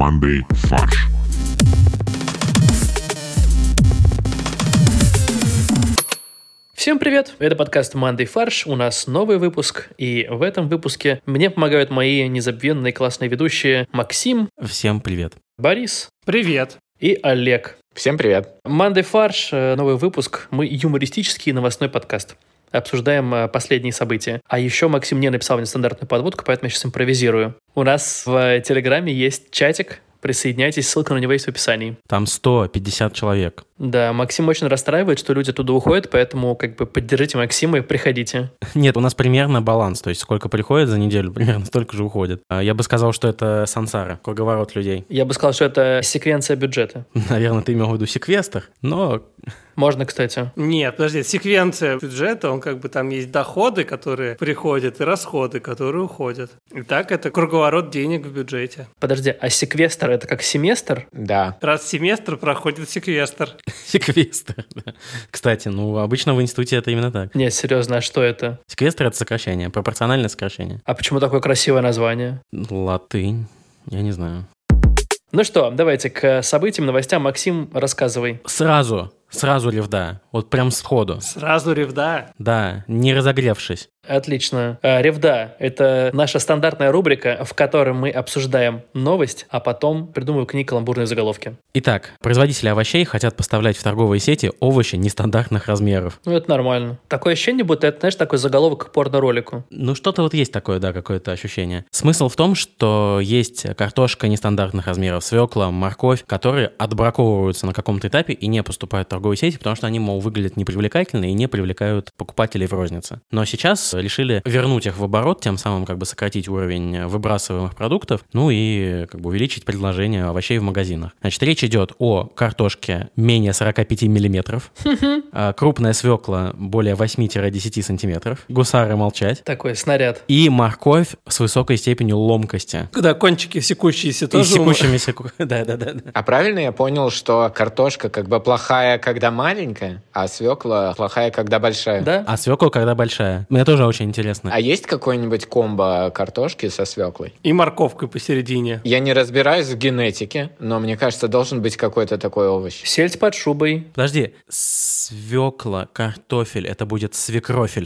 командой «Фарш». Всем привет! Это подкаст «Мандай фарш». У нас новый выпуск, и в этом выпуске мне помогают мои незабвенные классные ведущие Максим. Всем привет. Борис. Привет. И Олег. Всем привет. «Мандай фарш», новый выпуск. Мы юмористический новостной подкаст. Обсуждаем последние события. А еще Максим не написал мне стандартную подводку, поэтому я сейчас импровизирую. У нас в Телеграме есть чатик. Присоединяйтесь, ссылка на него есть в описании. Там 150 человек. Да, Максим очень расстраивает, что люди оттуда уходят, поэтому поддержите Максима и приходите. Нет, у нас примерно баланс, то есть сколько приходит за неделю, примерно столько же уходит. Я бы сказал, что это сансара, круговорот людей. Я бы сказал, что это секвенция бюджета. Наверное, ты имел в виду секвестр, но... Можно, кстати. Нет, подожди, секвенция бюджета, он там есть доходы, которые приходят, и расходы, которые уходят. И так это круговорот денег в бюджете. Подожди, а секвестр это как семестр? Да. Раз в семестр проходит секвестр. Секвестр, да. Кстати, обычно в институте это именно так. Нет, серьезно, а что это? Секвестр — это сокращение, пропорциональное сокращение. А почему такое красивое название? Латынь, я не знаю. Ну что, давайте к событиям, новостям. Максим, рассказывай. Сразу ревда, вот прям сходу. Сразу ревда? Да, не разогревшись. Отлично. Ревда – это наша стандартная рубрика, в которой мы обсуждаем новость, а потом придумываем к ней каламбурные заголовки. Итак, производители овощей хотят поставлять в торговые сети овощи нестандартных размеров. Это нормально. Такое ощущение, будто это, знаешь, такой заголовок к порно-ролику. Что-то вот есть такое, да, какое-то ощущение. Смысл в том, что есть картошка нестандартных размеров, свекла, морковь, которые отбраковываются на каком-то этапе и не поступают в торговые сети, потому что они, выглядят непривлекательно и не привлекают покупателей в рознице. Но сейчас решили вернуть их в оборот, тем самым сократить уровень выбрасываемых продуктов, и увеличить предложение овощей в магазинах. Значит, речь идет о картошке менее 45 миллиметров, крупная свекла более 8-10 сантиметров, гусары молчать. Такой снаряд. И морковь с высокой степенью ломкости. Да, кончики секущиеся тоже. И секущимися, да. А правильно я понял, что картошка плохая, когда маленькая, а свекла плохая, когда большая? Да. А свекла, когда большая. Мне тоже очень интересно. А есть какой-нибудь комбо картошки со свеклой? И морковкой посередине. Я не разбираюсь в генетике, но мне кажется, должен быть какой-то такой овощ. Сельдь под шубой. Подожди, свекла, картофель, это будет свекрофель.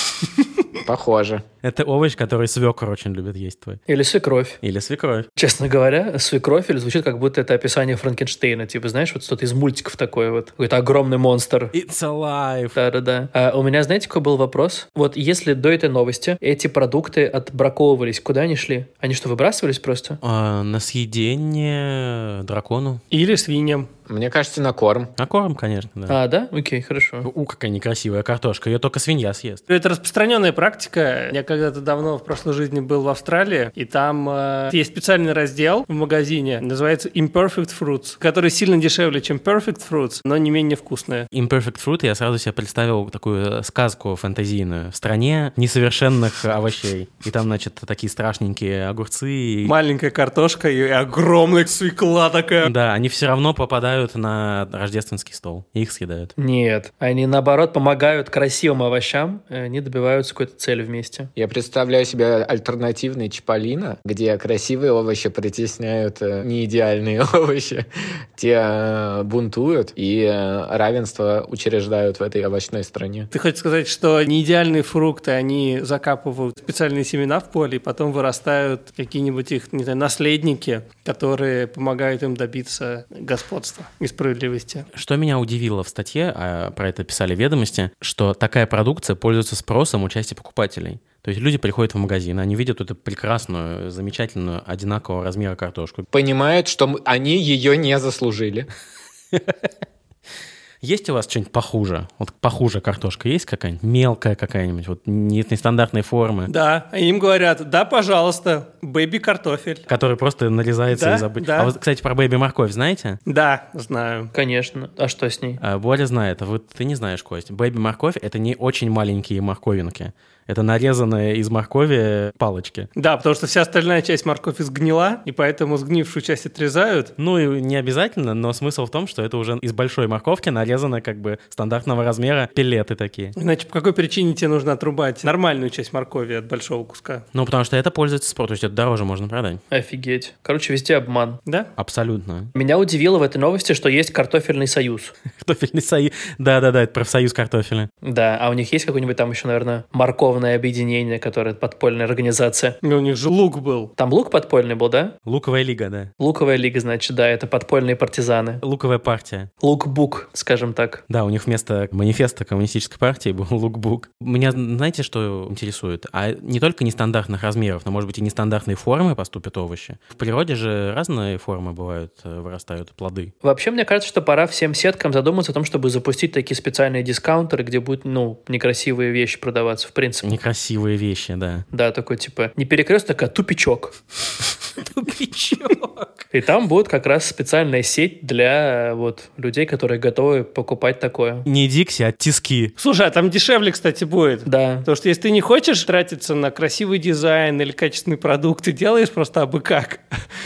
Похоже. Это овощ, который свекор очень любит есть твой. Или свекровь. Или свекровь. Честно говоря, свекрофель звучит, как будто это описание Франкенштейна. Знаешь, что-то из мультиков такое какой-то огромный монстр. It's alive. Да. А у меня, знаете, какой был вопрос? Вот если до этой новости эти продукты отбраковывались, куда они шли? Они что, выбрасывались просто? На съедение дракону. Или свиньям. Мне кажется, на корм. На корм, конечно, да. Да? Окей, хорошо. Какая некрасивая картошка. Ее только свинья съест. Это распространенная практика. Я когда-то давно в прошлой жизни был в Австралии, и там есть специальный раздел в магазине, называется Imperfect Fruits, который сильно дешевле, чем Perfect Fruits, но не менее вкусная. Imperfect Fruit, я сразу себе представил такую сказку фэнтезийную. В стране несовершенных овощей. И там, такие страшненькие огурцы. Маленькая картошка и огромная свекла такая. Да, они все равно попадают на рождественский стол. И их съедают. Нет, они наоборот помогают красивым овощам, они добиваются какой-то цели вместе. Я представляю себе альтернативный Чиполлино, где красивые овощи притесняют неидеальные овощи. Те бунтуют и равенство учреждают в этой овощной стране. Ты хочешь сказать, что неидеальные фрукты, они закапывают специальные семена в поле, и потом вырастают какие-нибудь их, наследники, которые помогают им добиться господства и справедливости. Что меня удивило в статье, а про это писали «Ведомости», что такая продукция пользуется спросом у части покупателей. То есть люди приходят в магазин, они видят эту прекрасную, замечательную, одинакового размера картошку. Понимают, что они ее не заслужили. Есть у вас что-нибудь похуже? Вот похуже картошка есть какая-нибудь? Мелкая какая-нибудь? Нестандартной формы? Да, им говорят, да, пожалуйста, бэби-картофель. Который просто нарезается да, из обычного. Да. А вот, кстати, про бэби-морковь знаете? Да, знаю. Конечно. А что с ней? Боря знает, а вот ты не знаешь, Кость. Бэби-морковь — это не очень маленькие морковинки. Это нарезанные из моркови палочки. Да, потому что вся остальная часть моркови сгнила, и поэтому сгнившую часть отрезают. Ну и не обязательно, но смысл в том, что это уже из большой морковки нарезаны как бы стандартного размера пилеты такие. Иначе по какой причине тебе нужно отрубать нормальную часть моркови от большого куска? Ну, потому что это пользуется спросом, то есть это дороже можно продать. Офигеть. Короче, везде обман. Да? Абсолютно. Меня удивило в этой новости, что есть картофельный союз. Картофельный союз. Да-да-да, это профсоюз картофеля. Да, а у них есть какое-нибудь там еще, наверное, морковное объединение, которое подпольная организация? У них же лук был. Там лук подпольный был, да? Луковая лига, да. Луковая лига, значит, да, это подпольные партизаны. Луковая партия. Лукбук, скажем так. Да, у них вместо манифеста коммунистической партии был лукбук. Меня, знаете, что интересует? А не только нестандартных размеров, но, может быть, и нестандартные формы поступят овощи. В природе же разные формы бывают, вырастают плоды. Вообще, мне кажется, что пора всем сеткам задуматься о том, чтобы запустить такие специальные дискаунтеры, где будут, некрасивые вещи продаваться, в принципе. Некрасивые вещи, да. Да, такой, типа, не перекресток, а тупичок. Тупичок. И там будет как раз специальная сеть для людей, которые готовы покупать такое. Не Дикси, а тиски. Слушай, а там дешевле, кстати, будет. Да. Потому что если ты не хочешь тратиться на красивый дизайн или качественный продукт, ты делаешь просто абы как.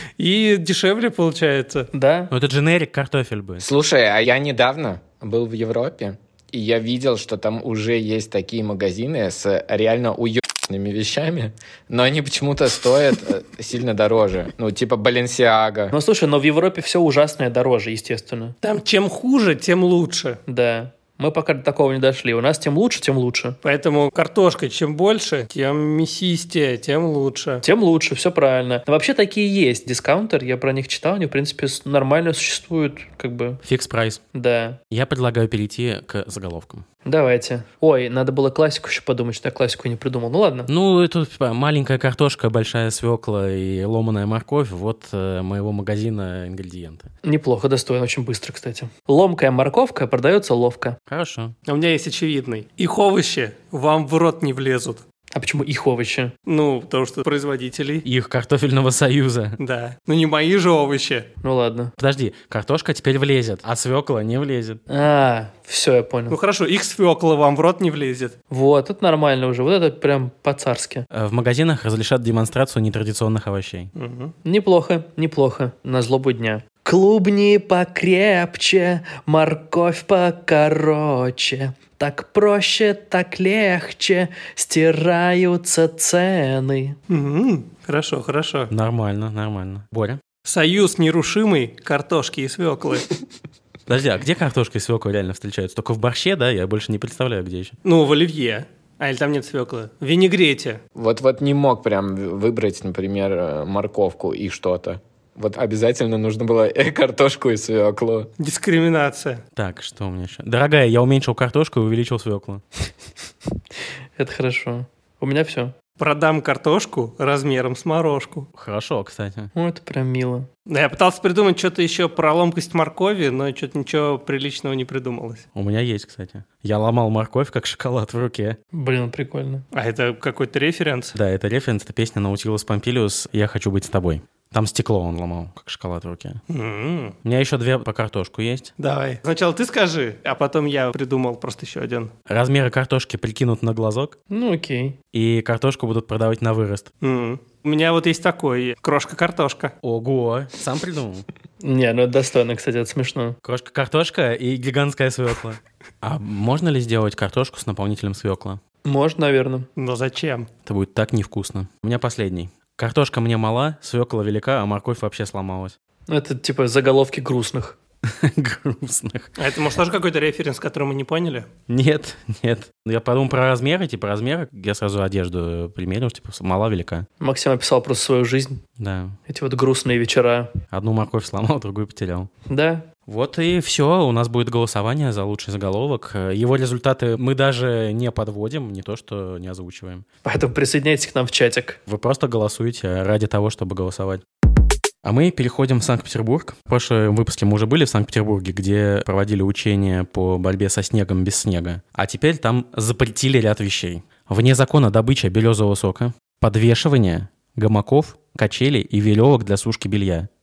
И дешевле получается. Да. Ну, это дженерик картофель будет. Слушай, а я недавно был в Европе, и я видел, что там уже есть такие магазины с реально уебанными вещами, но они почему-то стоят сильно дороже. Ну, типа Balenciaga. Ну, слушай, но в Европе все ужасное дороже, естественно. Там чем хуже, тем лучше. Да. Мы пока до такого не дошли. У нас тем лучше, тем лучше. Поэтому картошка чем больше, тем мясистее, тем лучше. Тем лучше, все правильно. Но вообще такие есть дискаунтер, я про них читал, они, в принципе, нормально существуют, как бы. Фикс прайс. Да. Я предлагаю перейти к заголовкам. Давайте. Ой, надо было классику еще подумать, что я классику не придумал. Ну ладно. Ну, это маленькая картошка, большая свекла и ломаная морковь. Вот моего магазина ингредиенты. Неплохо, достойно, очень быстро, кстати. Ломкая морковка продается ловко. Хорошо. А у меня есть очевидный. Их овощи вам в рот не влезут. А почему их овощи? Ну, потому что производителей. Их картофельного союза. Да. Ну, не мои же овощи. Ну ладно. Подожди, картошка теперь влезет, а свекла не влезет. Все, я Ну, понял. хорошо, их свекла вам в рот не влезет. Вот, это нормально уже. Вот это прям по-царски. В магазинах разрешат демонстрацию нетрадиционных овощей. Угу. Неплохо, неплохо. На злобу дня. Клубни покрепче, морковь покороче. Так проще, так легче, стираются цены. Угу. Хорошо, хорошо. Нормально, нормально. Боря? Союз нерушимый картошки и свеклы. Подожди, а где картошка и свекла реально встречаются? Только в борще, да? Я больше не представляю, где еще. Ну, в оливье. А, или там нет свеклы? В винегрете. Вот не мог прям выбрать, например, морковку и что-то. Вот обязательно нужно было картошку и свеклу. Дискриминация. Так, что у меня еще? Дорогая, я уменьшил картошку и увеличил свеклу. Это хорошо. У меня все. Продам картошку размером с морожку. Хорошо, кстати. Ну, это прям мило. Да, я пытался придумать что-то еще про ломкость моркови, но что-то ничего приличного не придумалось. У меня есть, кстати. Я ломал морковь, как шоколад в руке. Блин, прикольно. А это какой-то референс? Да, это референс, это песня Наутилус Помпилиус «Я хочу быть с тобой». Там стекло он ломал, как шоколад в руке. М-м. У меня еще 2 по картошку есть. Давай. Сначала ты скажи, а потом я придумал просто еще один. Размеры картошки прикинут на глазок, Ну, окей. и картошку будут продавать на вырост. М-м. У меня вот есть такой крошка-картошка. Ого, сам придумал. Не, ну это достойно, кстати, это смешно. Крошка-картошка и гигантская свекла. А можно ли сделать картошку с наполнителем свекла? Можно, наверное. Но зачем? Это будет так невкусно. У меня последний. Картошка мне мала, свекла велика, а морковь вообще сломалась. Это типа заголовки грустных. Грустных. А это, может, тоже какой-то референс, который мы не поняли? Нет. Я подумал про размеры, я сразу одежду примерил, типа мала, велика. Максим описал просто свою жизнь. Да. Эти вот грустные вечера. Одну морковь сломал, другую потерял. Да. Вот и все, у нас будет голосование за лучший заголовок. Его результаты мы даже не подводим, не то что не озвучиваем. Поэтому присоединяйтесь к нам в чатик. Вы просто голосуете ради того, чтобы голосовать. А мы переходим в Санкт-Петербург. В прошлом выпуске мы уже были в Санкт-Петербурге, где проводили учения по борьбе со снегом без снега. А теперь там запретили ряд вещей. Вне закона добыча березового сока, подвешивание гамаков, качелей и веревок для сушки белья,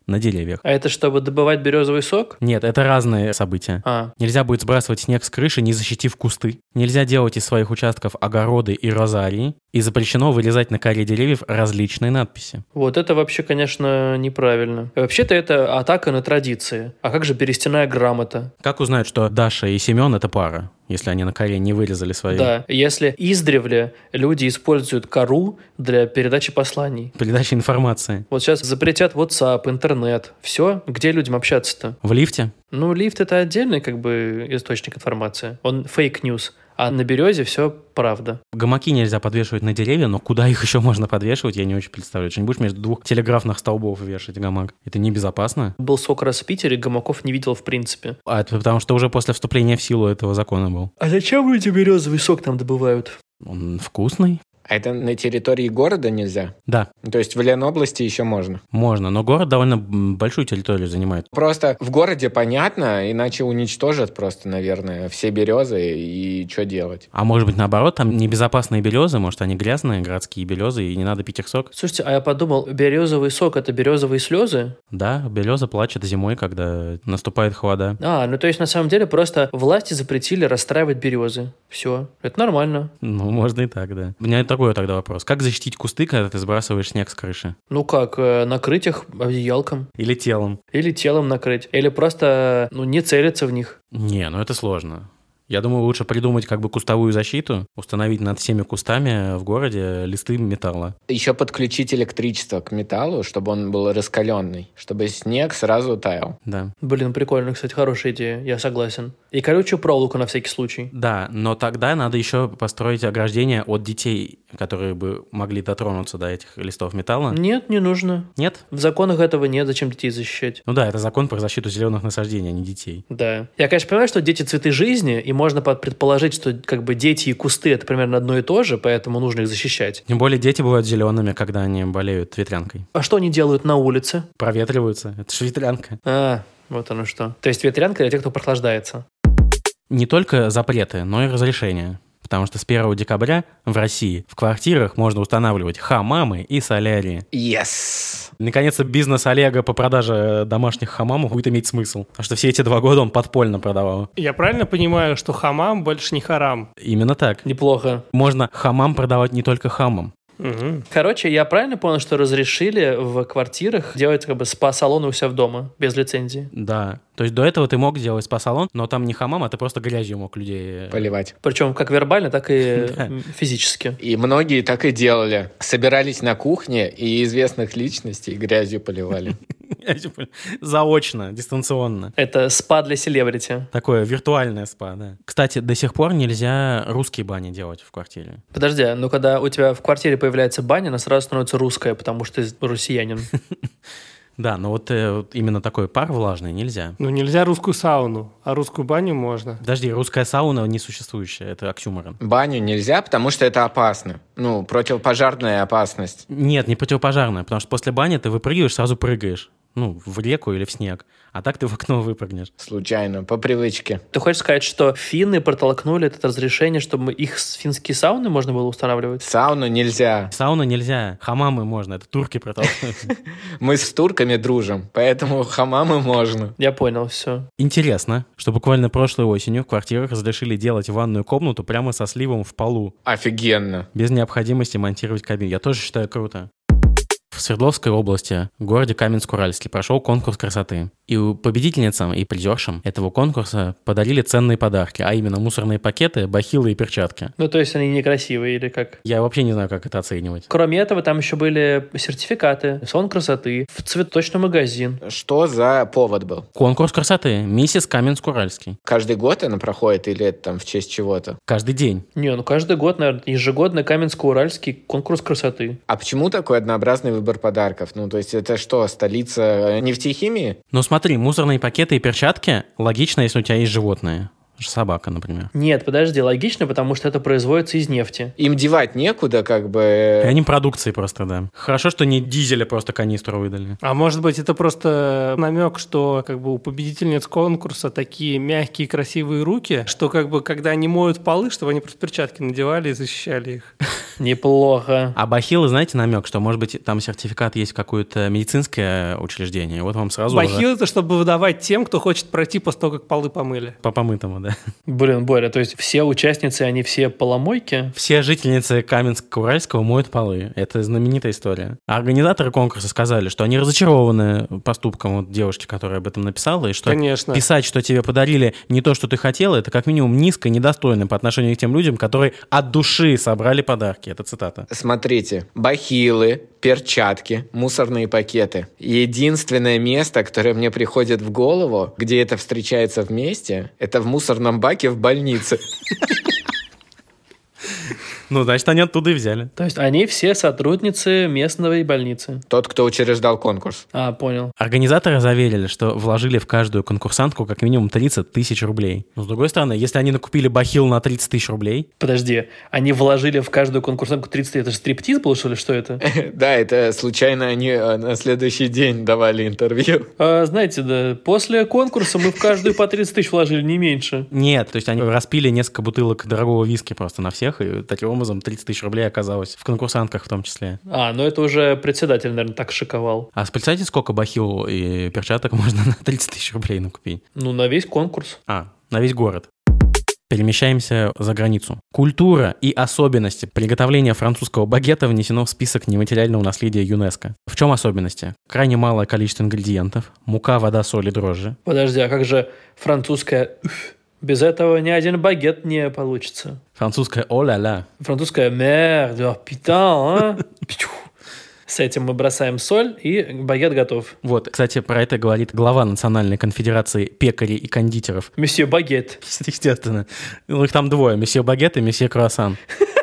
на деревьях. А это чтобы добывать березовый сок? Нет, это разные события. Нельзя будет сбрасывать снег с крыши, не защитив кусты. Нельзя делать из своих участков огороды и розарии. И запрещено вырезать на коре деревьев различные надписи. Вот это вообще, конечно, неправильно. Вообще-то это атака на традиции. А как же берестяная грамота? Как узнать, что Даша и Семен — это пара, если они на коре не вырезали свои? Да, если издревле люди используют кору для передачи посланий. Передача информации. Вот сейчас запретят WhatsApp, интернет. Все, где людям общаться-то? В лифте? Ну, лифт — это отдельный как бы источник информации. Он фейк-ньюс. А на березе все правда. Гамаки нельзя подвешивать на деревья, но куда их еще можно подвешивать, я не очень представляю. Что не будешь между двух телеграфных столбов вешать гамак? Это небезопасно. Был сколько раз в Питере, гамаков не видел в принципе. А это потому, что уже после вступления в силу этого закона был. А зачем люди березовый сок там добывают? Он вкусный. А это на территории города нельзя? Да. То есть в Ленобласти еще можно? Можно, но город довольно большую территорию занимает. Просто в городе понятно, иначе уничтожат просто, наверное, все березы, и что делать? А может быть, наоборот, там небезопасные березы, может, они грязные, городские березы, и не надо пить их сок? Слушайте, а я подумал, березовый сок — это березовые слезы? Да, береза плачет зимой, когда наступает холода. Ну то есть на самом деле просто власти запретили расстраивать березы. Все, это нормально. Ну, можно и так, да. У меня такой тогда вопрос. Как защитить кусты, когда ты сбрасываешь снег с крыши? Ну как, накрыть их одеялком. Или телом? Или телом накрыть. Или просто, не целиться в них. Не, это сложно. Я думаю, лучше придумать как бы кустовую защиту, установить над всеми кустами в городе листы металла. Еще подключить электричество к металлу, чтобы он был раскаленный, чтобы снег сразу таял. Да. Блин, прикольно, кстати, хорошая идея, я согласен. И колючую проволоку на всякий случай. Да, но тогда надо еще построить ограждение от детей, которые бы могли дотронуться до этих листов металла. Нет, не нужно. Нет? В законах этого нет, зачем детей защищать? Ну да, это закон про защиту зеленых насаждений, а не детей. Да. Я, конечно, понимаю, что дети — цветы жизни, и можно предположить, что как бы дети и кусты — это примерно одно и то же, поэтому нужно их защищать. Тем более дети бывают зелеными, когда они болеют ветрянкой. А что они делают на улице? Проветриваются. Это же ветрянка. Вот оно что. То есть ветрянка для тех, кто прохлаждается. Не только запреты, но и разрешения. Потому что с 1 декабря в России в квартирах можно устанавливать хамамы и солярии. Yes! Наконец-то бизнес Олега по продаже домашних хамамов будет иметь смысл. Потому что все эти 2 года он подпольно продавал. Я правильно понимаю, что хамам больше не харам? Именно так. Неплохо. Можно хамам продавать не только хамам. Угу. Короче, я правильно понял, что разрешили в квартирах делать как бы спа-салоны у себя в дома без лицензии? Да. То есть до этого ты мог делать спа-салон, но там не хамам, а ты просто грязью мог людей поливать. Причем как вербально, так и физически. И многие так и делали. Собирались на кухне и известных личностей грязью поливали. Заочно, дистанционно. Это спа для селебрити. Такое виртуальное спа, да. Кстати, до сих пор нельзя русские бани делать в квартире. Подожди, но когда у тебя в квартире появляется баня, она сразу становится русская, потому что ты россиянин. Да, но вот именно такой пар влажный нельзя. Ну, нельзя русскую сауну, а русскую баню можно. Подожди, русская сауна несуществующая, это оксюморон. Баню нельзя, потому что это опасно. Противопожарная опасность. Нет, не противопожарная, потому что после бани ты выпрыгиваешь, сразу прыгаешь. В реку или в снег. А так ты в окно выпрыгнешь. Случайно, по привычке. Ты хочешь сказать, что финны протолкнули это разрешение, чтобы их финские сауны можно было устанавливать? Сауну нельзя. Сауну нельзя, хамамы можно, это турки протолкнули. Мы с турками дружим, поэтому хамамы можно. Я понял, все. Интересно, что буквально прошлой осенью в квартирах разрешили делать ванную комнату прямо со сливом в полу. Офигенно. Без необходимости монтировать кабину. Я тоже считаю круто. В Свердловской области, в городе Каменск-Уральский, прошел конкурс красоты. И победительницам и призершам этого конкурса подарили ценные подарки, а именно мусорные пакеты, бахилы и перчатки. То есть они некрасивые или как? Я вообще не знаю, как это оценивать. Кроме этого, там еще были сертификаты, салон красоты, в цветочный магазин. Что за повод был? Конкурс красоты. Миссис Каменск-Уральский. Каждый год она проходит или это там в честь чего-то? Каждый день. Каждый год, наверное, ежегодно Каменск-Уральский конкурс красоты. А почему такой однообразный выбор подарков? То есть это что, столица нефтехимии? Смотри, мусорные пакеты и перчатки логично, если у тебя есть животные. Собака, например. Нет, подожди, логично, потому что это производится из нефти. Им девать некуда, как бы. И они продукции просто, да. Хорошо, что не дизеля просто канистру выдали. А может быть, это просто намек, что как бы у победительниц конкурса такие мягкие, красивые руки, что как бы когда они моют полы, чтобы они просто перчатки надевали и защищали их. Неплохо. А бахилы, знаете, намек, что, может быть, там сертификат есть в какое-то медицинское учреждение, вот вам сразу Бахил это чтобы выдавать тем, кто хочет пройти после того, как полы помыли. по помытому, да. Блин, Боря, то есть все участницы, они все поломойки? Все жительницы Каменска-Уральского моют полы. Это знаменитая история. А организаторы конкурса сказали, что они разочарованы поступком вот девушки, которая об этом написала, и что Конечно. писать, что тебе подарили не то, что ты хотела, это как минимум низко и недостойно по отношению к тем людям, которые от души собрали подарки. Это цитата. Смотрите, бахилы, перчатки, мусорные пакеты. Единственное место, которое мне приходит в голову, где это встречается вместе, это в мусорном баке в больнице. Ну, значит, они оттуда и взяли. То есть они все сотрудницы местной больницы. Тот, кто учреждал конкурс. А, понял. Организаторы заверили, что вложили в каждую конкурсантку как минимум 30 тысяч рублей. Но, с другой стороны, если они накупили бахил на 30 тысяч рублей... Подожди, они вложили в каждую конкурсантку 30 тысяч. Это же стриптиз был, что ли? Что это? Да, это случайно они на следующий день давали интервью. Знаете, да, после конкурса мы в каждую по 30 тысяч вложили, не меньше. Нет, то есть они распили несколько бутылок дорогого виски просто на всех, и таким образом 30 тысяч рублей оказалось в конкурсантках в том числе. Ну это уже председатель, наверное, так шиковал. А представляете, сколько бахил и перчаток можно на 30 тысяч рублей накупить? Ну, на весь конкурс. На весь город. Перемещаемся за границу. Культура и особенности приготовления французского багета внесено в список нематериального наследия ЮНЕСКо. В чем особенности? Крайне малое количество ингредиентов, мука, вода, соль и дрожжи. Подожди, а как же французская... Без этого ни один багет не получится. Французская «о-ля-ля». Французская «merde, putain», С этим мы бросаем соль, и багет готов. Вот, кстати, про это говорит глава Национальной конфедерации пекарей и кондитеров. Месье Багет. Естественно. Ну, их там двое, месье Багет и месье Круассан.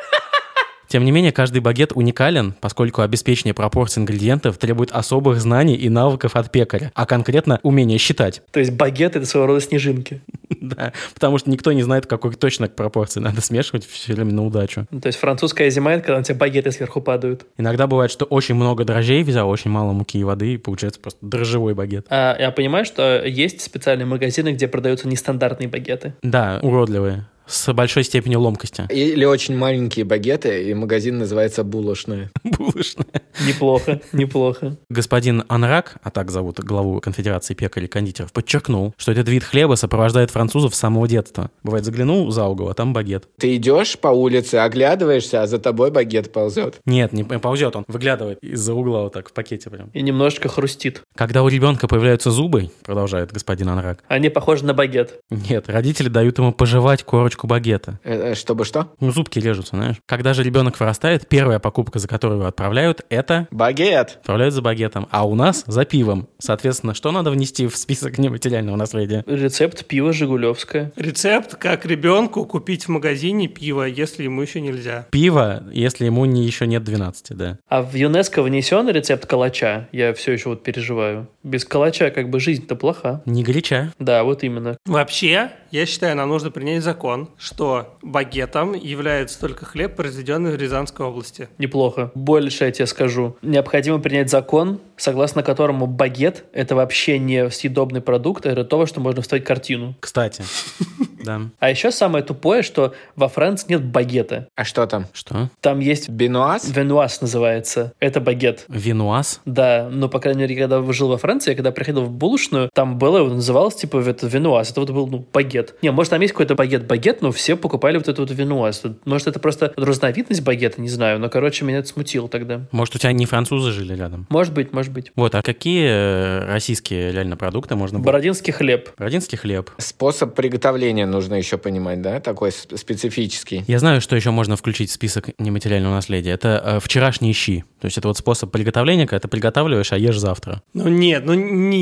Тем не менее, каждый багет уникален, поскольку обеспечение пропорций ингредиентов требует особых знаний и навыков от пекаря, а конкретно умения считать. То есть багет — это своего рода снежинки. Да, потому что никто не знает, какой точно пропорции надо смешивать все время на удачу. То есть французская зима — это когда у тебя багеты сверху падают. Иногда бывает, что очень много дрожжей взял, очень мало муки и воды, и получается просто дрожжевой багет. Я понимаю, что есть специальные магазины, где продаются нестандартные багеты. Да, уродливые. С большой степенью ломкости. Или очень маленькие багеты, и магазин называется «Булочная». Булочная. Неплохо, неплохо. Господин Анрак, а так зовут главу Конфедерации пекарей и кондитеров, подчеркнул, что этот вид хлеба сопровождает французов с самого детства. Бывает, заглянул за угол, а там багет. Ты идешь по улице, оглядываешься, а за тобой багет ползет. Нет, не ползет, он выглядывает из-за угла вот так в пакете прям. И немножечко хрустит. Когда у ребенка появляются зубы, продолжает господин Анрак. Они похожи на багет. Нет, родители дают ему пожевать корочку багета. Чтобы что? Ну, зубки режутся, знаешь. Когда же ребенок вырастает, первая покупка, за которую его отправляют, это... Багет. Отправляют за багетом. А у нас за пивом. Соответственно, что надо внести в список нематериального наследия? Рецепт пива «Жигулевское». Рецепт, как ребенку купить в магазине пиво, если ему еще нельзя. Пиво, если ему еще нет 12, да. А в ЮНЕСКо внесен рецепт калача? Я все еще вот переживаю. Без калача как бы жизнь-то плоха. Не горяча. Да, вот именно. Вообще, я считаю, нам нужно принять закон, что багетом является только хлеб, произведенный в Рязанской области. Неплохо. Больше я тебе скажу. Необходимо принять закон, согласно которому багет — это вообще не съедобный продукт, а это то, во что можно вставить картину. Кстати, да. А еще самое тупое, что во Франции нет багета. А что там? Что? Там есть Бенуаз? венуаз называется. Это багет. Винуаз? Да, но, по крайней мере, когда жил во Франции, я когда приходил в булочную, там было, называлось, типа, это венуаз. Это вот был, багет. Не, может, там есть какой-то багет, но все покупали вот этот вот венуаз. Может, это просто разновидность багета, не знаю. Но, короче, меня это смутило тогда. Может, у тебя не французы жили рядом? Может быть, может быть. Вот, а какие российские реально продукты можно было? Бородинский хлеб. Бородинский хлеб. Способ приготовления нужно еще понимать, да? Такой специфический. Я знаю, что еще можно включить в список нематериального наследия. Это вчерашние щи. То есть это вот способ приготовления, когда ты приготавливаешь, а ешь завтра. Нет.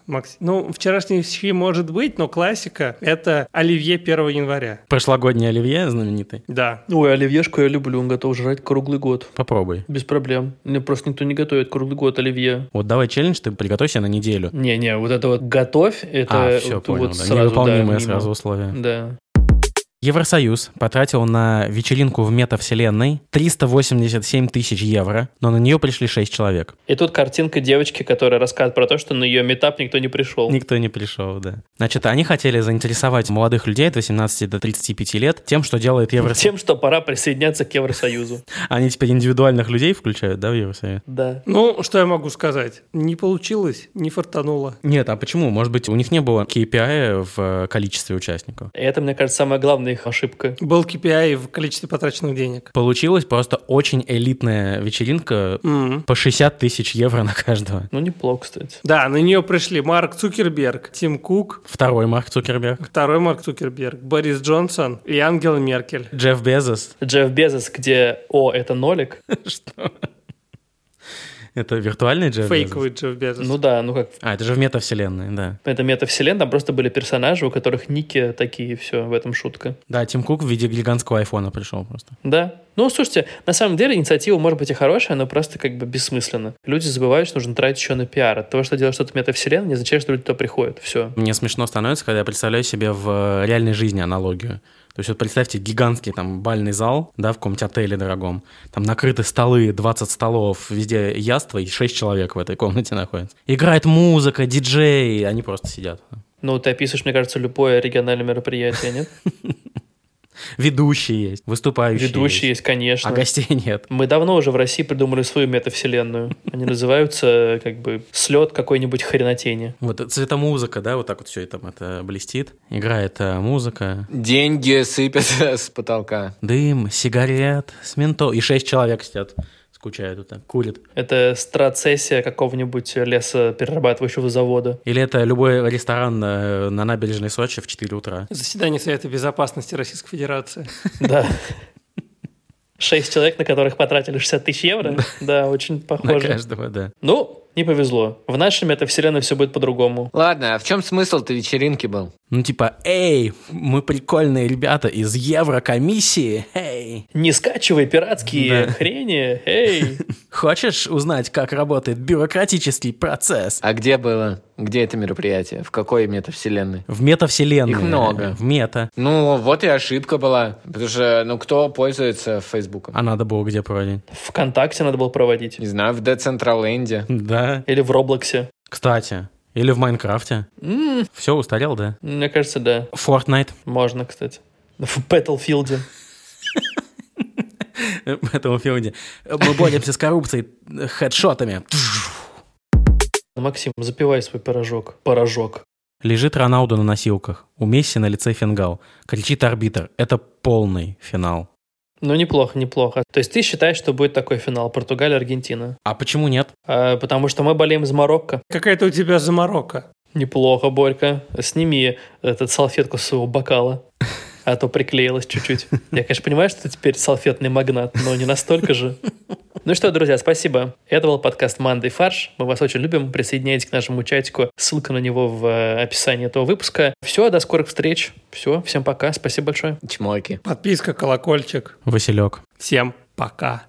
Ну, вчерашние щи может быть, но классика — это оливье 1 января. Прошлогодний оливье знаменитый. Да. Ой, оливьешку я люблю, он готов жрать круглый год. Попробуй. Без проблем. Мне просто никто не готовит круглый год оливье. Вот давай челлендж, ты приготовься на неделю. Не, вот это вот готовь, это Все, вот, понял, вот да. сразу, Невыполнимое мимо. сразу условие. Да. Евросоюз потратил на вечеринку в метавселенной 387 тысяч евро, но на нее пришли 6 человек. И тут картинка девочки, которая рассказывает про то, что на ее метап никто не пришел. Никто не пришел, да. Значит, они хотели заинтересовать молодых людей от 18 до 35 лет тем, что делает Евросоюз. Тем, что пора присоединяться к Евросоюзу. Они теперь индивидуальных людей включают, да, в Евросоюз? Да. Ну, что я могу сказать? Не получилось, не фартануло. Нет, а почему? Может быть, у них не было KPI в количестве участников? И это, мне кажется, самая главная их ошибка. Был KPI в количестве потраченных денег. Получилась просто очень элитная вечеринка по 60 тысяч евро на каждого. Ну, неплохо, кстати. Да, на нее пришли Марк Цукерберг, Тим Кук, Второй Марк Цукерберг. второй Марк Цукерберг, Борис Джонсон и Ангела Меркель. Джефф Безос. Джефф Безос, где О — это нолик. Что? Это виртуальный Джефф Фейковый Безос? Джефф Безос. Ну да, ну как, А, это же в метавселенной, да. это метавселенная, там просто были персонажи, у которых ники такие, все, в этом шутка. Да, Тим Кук в виде гигантского айфона пришел просто. Да. Ну, слушайте, на самом деле инициатива может быть и хорошая, но просто как бы бессмысленно. Люди забывают, что нужно тратить еще на пиар. От того, что делаешь что-то в метавселенной, не означает, что люди туда приходят. Все. Мне смешно становится, когда я представляю себе в реальной жизни аналогию. То есть вот представьте гигантский там бальный зал, да, в каком-нибудь отеле дорогом. Там накрыты столы, 20 столов, везде яства, и 6 человек в этой комнате находятся. Играет музыка, диджей, они просто сидят. Ну, ты описываешь, мне кажется, любое региональное мероприятие, нет? Ведущие есть, выступающие Ведущие есть, конечно. а гостей нет. Мы давно уже в России придумали свою метавселенную. Они называются как бы слет какой-нибудь хренотени. Вот цветомузыка, да, вот так вот все это блестит. Играет музыка. Деньги сыпятся с потолка. Дым, сигарет, с ментол. И 6 человек сидят, скучают вот так, курят. Это страцессия какого-нибудь лесоперерабатывающего завода. Или это любой ресторан на набережной Сочи в 4 утра. Заседание Совета Безопасности Российской Федерации. Да. 6 человек, на которых потратили 60 тысяч евро. Да, очень На похоже. каждого, да. Ну, не повезло. В нашей метавселенной все будет по-другому. Ладно, а в чем смысл-то вечеринки был? Ну типа, эй, мы прикольные ребята из Еврокомиссии, эй. Не скачивай пиратские Да. хрени, эй. Хочешь узнать, как работает бюрократический процесс? А где было? Где это мероприятие? В какой метавселенной? В метавселенной. Их много. В мета. Ну, вот и ошибка была. Потому что, ну, кто пользуется Фейсбуком? А надо было где проводить? ВКонтакте надо было проводить. Не знаю, в Децентраленде. Да. Или в Роблоксе. Кстати, или в Майнкрафте. Все, устарел, да? Мне кажется, да. Fortnite. Можно, кстати. В Battlefield. В этом филде. Мы боремся с коррупцией хедшотами. Максим, запивай свой пирожок. Порожок. Лежит Роналду на носилках. У Месси на лице фингал. Кричит арбитр. Это полный финал. Ну, неплохо, неплохо. То есть ты считаешь, что будет такой финал Португалия-Аргентина? А почему нет? Потому что мы болеем за Марокко. Какая-то у тебя заморока. Неплохо, Борька. Сними этот салфетку с своего бокала. А то приклеилась чуть-чуть. Я, конечно, понимаю, что ты теперь салфетный магнат, но не настолько же. Ну что, друзья, спасибо. Это был подкаст «Мандай фарш». Мы вас очень любим. Присоединяйтесь к нашему чатику. Ссылка на него в описании этого выпуска. Все, до скорых встреч. Все, всем пока. Спасибо большое. Чмойки. Подписка, колокольчик. Василек. Всем пока.